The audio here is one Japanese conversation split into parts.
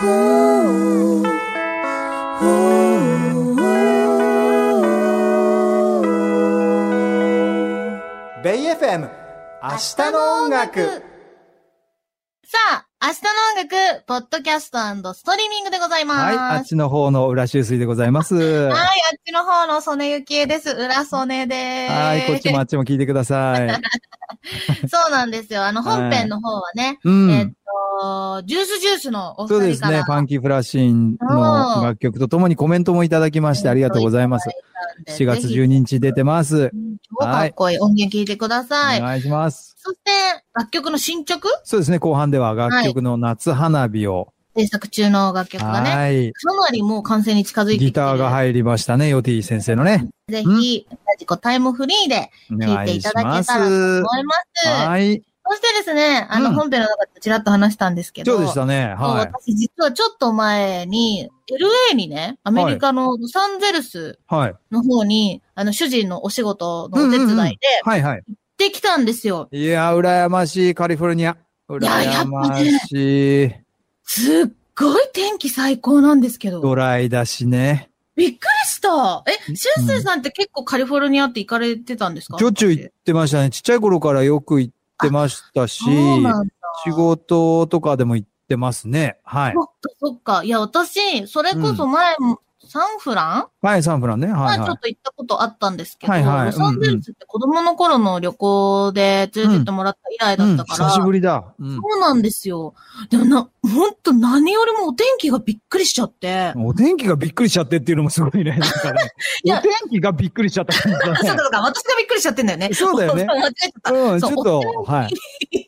ベイ FM 明日の音楽。 さあ、明日の音楽、ポッドキャスト&ストリーミングでございます。 はい、あっちの方の浦修水でございます。はい、 あっちの方の曽根ゆきえです。浦曽根でーす。 はい、こっちもあっちも聞いてください。 そうなんですよ。本編の方はね、ジュースのお二人から。 そうですね、ファンキーフラッシンの楽曲とともにコメントもいただきましてありがとうございます。4月12日出てます。 超かっこいい音源聞いてください。 お願いします。 そして、楽曲の進捗？ そうですね、後半では楽曲の夏花火を。 制作中の楽曲がね。はい。かなりもう完成に近づいてきてる。 ギターが入りましたね、ヨティ先生のね。 ぜひ、ラジコタイムフリーで聴いていただけたらと思います。はい。そしてですね、本編の中でちらっと話したんですけど。 そうでしたね。はい。 私実はちょっと前に、LA にね、アメリカのロサンゼルスの方に、主人のお仕事のお手伝いで、 はいはい。 行ってきたんですよ。 いや、羨ましい、カリフォルニア。羨ましい。 すっごい天気最高なんですけど。 ドライだしね。 びっくりした。しゅんせいさんって結構カリフォルニアって行かれてたんですか？ しょっちゅう行ってましたね。ちっちゃい頃からよく行ってましたし、仕事とかでも行ってますね。はい。 そっか。いや、私、それこそ前、サンフラン？ はい、サンフランね。はい、 はい。ちょっと行ったことあったんですけど、ロサンゼルスって子供の頃の旅行で連れてってもらった以来だったから。 久しぶりだ。 そうなんですよ。でもほんと何よりもお天気がびっくりしちゃって。 お天気がびっくりしちゃってっていうのもすごいね。なんかねお天気がびっくりしちゃった感じだね。 そうか、私がびっくりしちゃってんだよね。 そうだよね。 間違えちゃった。 ちょっと、はい。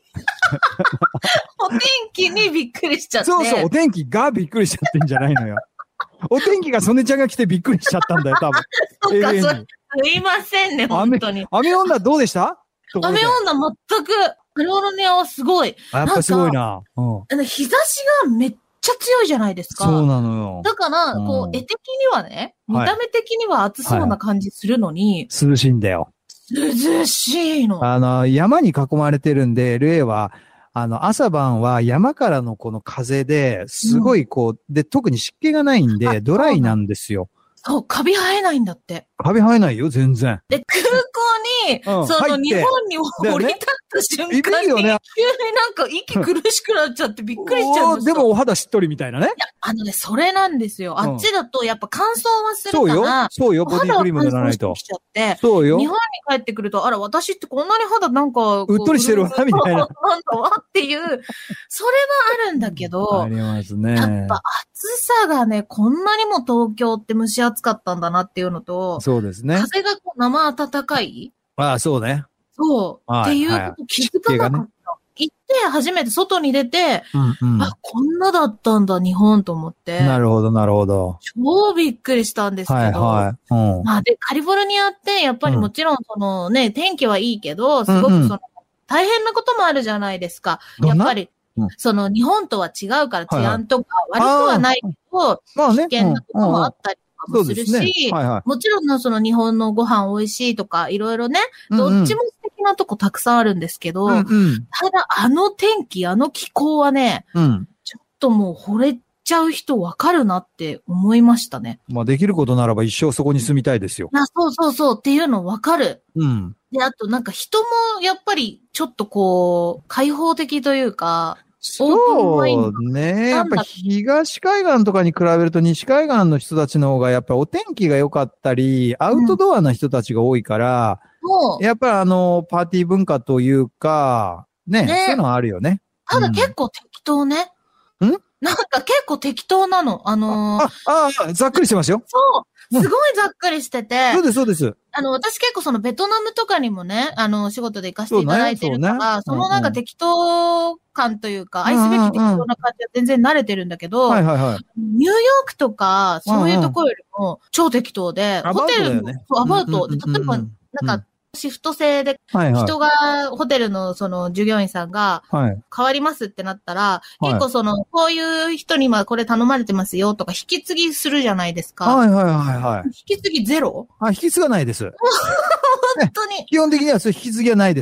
お天気にびっくりしちゃって。 そう、お天気がびっくりしちゃってんじゃないのよ。お天気が曽根ちゃんが来てびっくりしちゃったんだよ、多分。 そうか、すいませんね、本当に。 雨女どうでした？ 雨女全く、カリフォルニアはすごい。 やっぱすごいな。 日差しがめっちゃ強いじゃないですか。 そうなのよ。 だから、絵的にはね、見た目的には暑そうな感じするのに。 涼しいんだよ。 涼しいの。 山に囲まれてるんで、LA は、朝晩は山からのこの風で、すごいで、特に湿気がないんで、ドライなんですよ。 そう、カビ生えないんだって。 カビ生えないよ、全然。 で、空港に、日本に降り立った瞬間に、急になんか息苦しくなっちゃってびっくりしちゃいました。 でもお肌しっとりみたいなね。 いや、それなんですよ。あっちだとやっぱ乾燥はするから。 そうよ、ボディクリーム塗らないと。そうよ。 日本に帰ってくると、あら、私ってこんなに肌なんか、 うっとりしてるわ、みたいな。 なんだわっていう、それはあるんだけど、 ありますね。 やっぱ暑さがね、こんなにも東京って蒸し暑かったんだなっていうのと、 そうですね。 風が生暖かい。 ああ、そうね。 そう。っていうこと気づかなかった。行って初めて外に出て、こんなだったんだ、日本と思って。 なるほど、なるほど。 超びっくりしたんですけど。で、カリフォルニアって、やっぱりもちろん天気はいいけど、すごく大変なこともあるじゃないですか。やっぱり、日本とは違うから治安とか悪くはないけど、危険なこともあったりもするし、もちろん日本のご飯美味しいとか、いろいろね、どっちも素敵なとこたくさんあるんですけど、ただ天気、気候はね、ちょっともう惚れちゃう人わかるなって思いましたね。 まあできることならば一生そこに住みたいですよ。 そうっていうのわかる。で、あとなんか人もやっぱりちょっと開放的というか、 そうね。やっぱ東海岸とかに比べると西海岸の人たちの方がやっぱお天気が良かったり、アウトドアな人たちが多いから、やっぱりパーティー文化というか、ね、そういうのはあるよね。 ただ結構適当ね。なんか結構適当なの。 ざっくりしてますよ。 そう。すごいざっくりしてて。 そうです。 私結構ベトナムとかにもね、仕事で行かせていただいてるから、なんか適当感というか、愛すべき適当な感じは全然慣れてるんだけど、ニューヨークとか、そういうところよりも超適当で、ホテルの、アバウトで、例えば、なんか、シフト制で、人が、ホテルの従業員さんが、変わりますってなったら、結構こういう人にこれ頼まれてますよとか、引き継ぎするじゃないですか。引き継ぎゼロ？ 引き継がないです。 本当に。 基本的にはそういう引き継ぎはないです。 い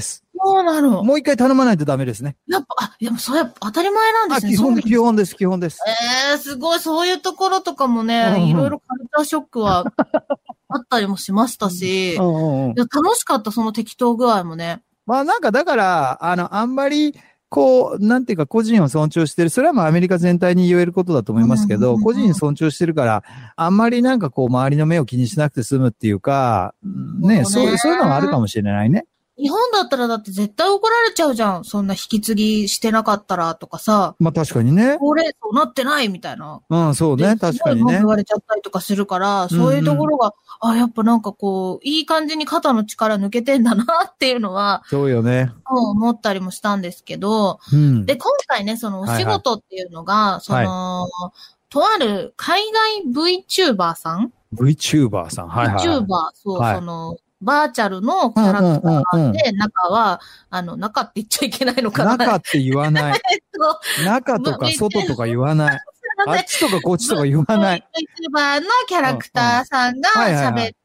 そうなの。 もう一回頼まないとダメですね。 やっぱ、でもそれ当たり前なんですね。 基本です、基本です。 すごい、そういうところとかもね、いろいろカルチャーショックはあったりもしましたし、楽しかった、その適当具合もね。 まあなんかだから、あんまり、こう、なんていうか個人を尊重してる。それはまあアメリカ全体に言えることだと思いますけど、個人尊重してるから、あんまりなんかこう周りの目を気にしなくて済むっていうか、ね、そういうのがあるかもしれないね。 日本だったらだって絶対怒られちゃうじゃん。そんな引き継ぎしてなかったらとかさ。 まあ確かにね。 これ、そうなってないみたいな。 そうね、確かにね。 言われちゃったりとかするから、そういうところが、やっぱなんかこう、いい感じに肩の力抜けてんだなっていうのは。 そうよね。 思ったりもしたんですけど、で、今回ね、そのお仕事っていうのが、とある海外 VTuber さん ?VTuber さん。 VTuber、そう、バーチャルのキャラクターで、中は、中って言っちゃいけないのかな。 中って言わない。中とか外とか言わない。あっちとかこっちとか言わない。 VTuber のキャラクターさんが喋って、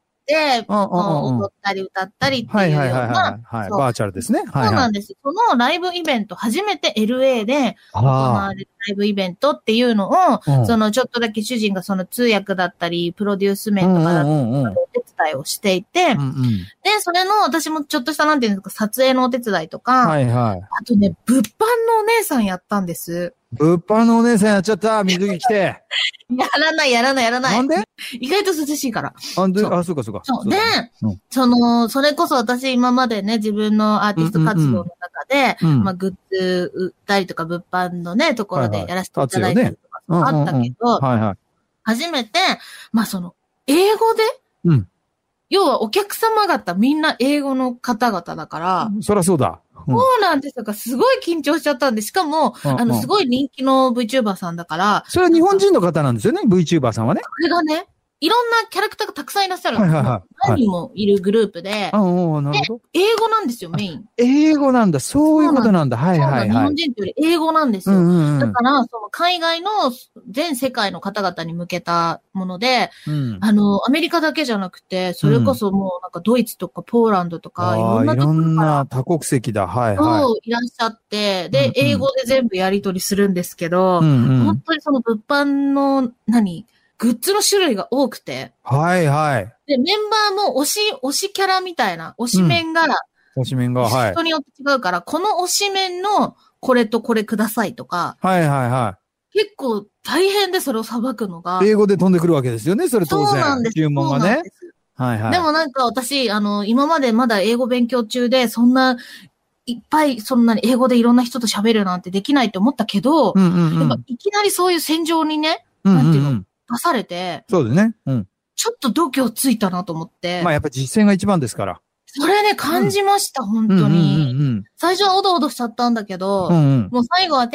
踊ったり歌ったりっていうような。 バーチャルですね。 そうなんです。そのライブイベント、初めて LA で行われるライブイベントっていうのを、そのちょっとだけ主人がその通訳だったり、プロデュース面とかだったり、お手伝いをしていて、で、それの私もちょっとしたなんていうんですか、撮影のお手伝いとか、あとね、物販のお姉さんやったんです。 物販のお姉さんやっちゃった、水着着て。 やらない。 なんで？ 意外と涼しいから。 そうか。そうで、それこそ私今までね、自分のアーティスト活動の中で、グッズ売ったりとか物販のね、ところでやらせていただいたりとかあったけど、初めて、英語で、要はお客様方みんな英語の方々だから、 そりゃそうだ。 そうなんですよ。すごい緊張しちゃったんで、しかも、すごい人気の VTuber さんだから。 それは日本人の方なんですよね、VTuber さんはね。 これがね、いろんなキャラクターがたくさんいらっしゃるんですよ。何人もいるグループで。 なるほど。 英語なんですよ、メイン。 英語なんだ。そういうことなんだ。日本人というより英語なんですよ。だから、その海外の全世界の方々に向けたもので、アメリカだけじゃなくて、それこそもうなんかドイツとかポーランドとか、いろんなところから。いろんな多国籍だ。 そう、いらっしゃって、で、英語で全部やり取りするんですけど、本当にその物販の、グッズの種類が多くて。で、メンバーも推しキャラみたいな、推し面が、人によって違うから、この推し面のこれとこれくださいとか。結構大変でそれをさばくのが。 英語で飛んでくるわけですよね、それ当然。 そうなんです。 注文がね。 でもなんか私、今までまだ英語勉強中で、そんな、いっぱい、そんなに英語でいろんな人と喋るなんてできないって思ったけど、やっぱいきなりそういう戦場にね、なんていうの、出されて、 そうですね。 ちょっと度胸ついたなと思って。 まあやっぱ実践が一番ですから。 それね、感じました、本当に。最初はおどおどしちゃったんだけど、もう最後は Thank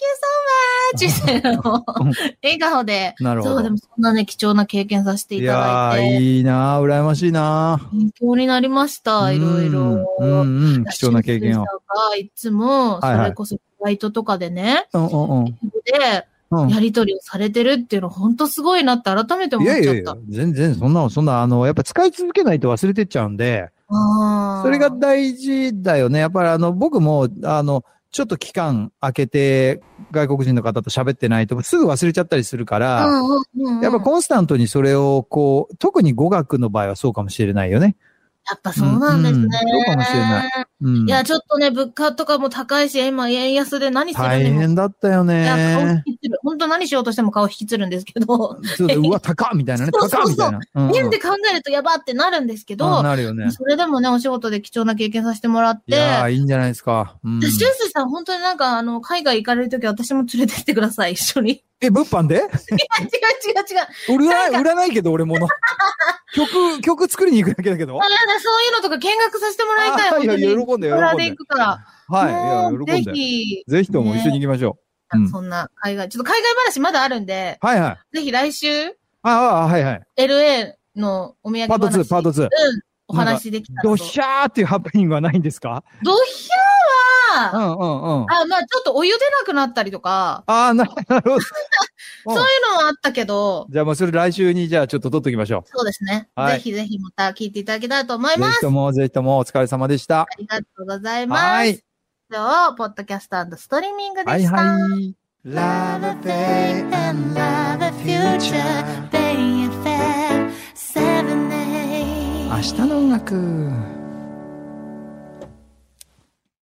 you so much! みたいな笑顔で。 なるほど。 そう、でもそんなね、貴重な経験させていただいて。 いいなぁ、羨ましいなぁ。 勉強になりました、いろいろ。 貴重な経験を。 いつも、それこそバイトとかでね、で、やりとりをされてるっていうの本当すごいなって改めて思っちゃった。いや全然そんな、やっぱ使い続けないと忘れてっちゃうんで、それが大事だよね。やっぱり僕も、ちょっと期間空けて外国人の方と喋ってないとすぐ忘れちゃったりするから、やっぱコンスタントにそれを特に語学の場合はそうかもしれないよね。 やっぱそうなんですね。 そうかもしれない。 いや、ちょっとね、物価とかも高いし、今、円安で何するにも大変だったよね。いや、 顔引きつる。本当何しようとしても顔引きつるんですけど。 うわ、高っみたいなね。高っみたいな。 円で考えるとやばってなるんですけど。 なるよね。 それでもね、お仕事で貴重な経験させてもらって。いやいいんじゃないですか。 シュースさん、本当になんか、海外行かれるとき私も連れてってください、一緒に。 物販で？違う。売らないけど、俺もの。曲作りに行くだけだけど。 そういうのとか見学させてもらいたい。 いや、喜んで。 行くから。 はい。喜んで。ぜひとも一緒に行きましょう。そんな海外、ちょっと海外話まだあるんで。ぜひ来週。LA のお土産話。 パート2。 お話できたら。 ドヒャーっていうハプニングはないんですか？ ドヒャーは、まあちょっとお湯出なくなったりとか。 なるほど。 そういうのはあったけど。 じゃあもうそれ来週にじゃあちょっと撮っときましょう。 そうですね。はい、ぜひぜひまた聞いていただきたいと思います。 ぜひともお疲れ様でした。ありがとうございます。はい。以上、ポッドキャスト&ストリーミングでした。はいはい。Love a day and love a future, BayFM 7A。 明日の音楽。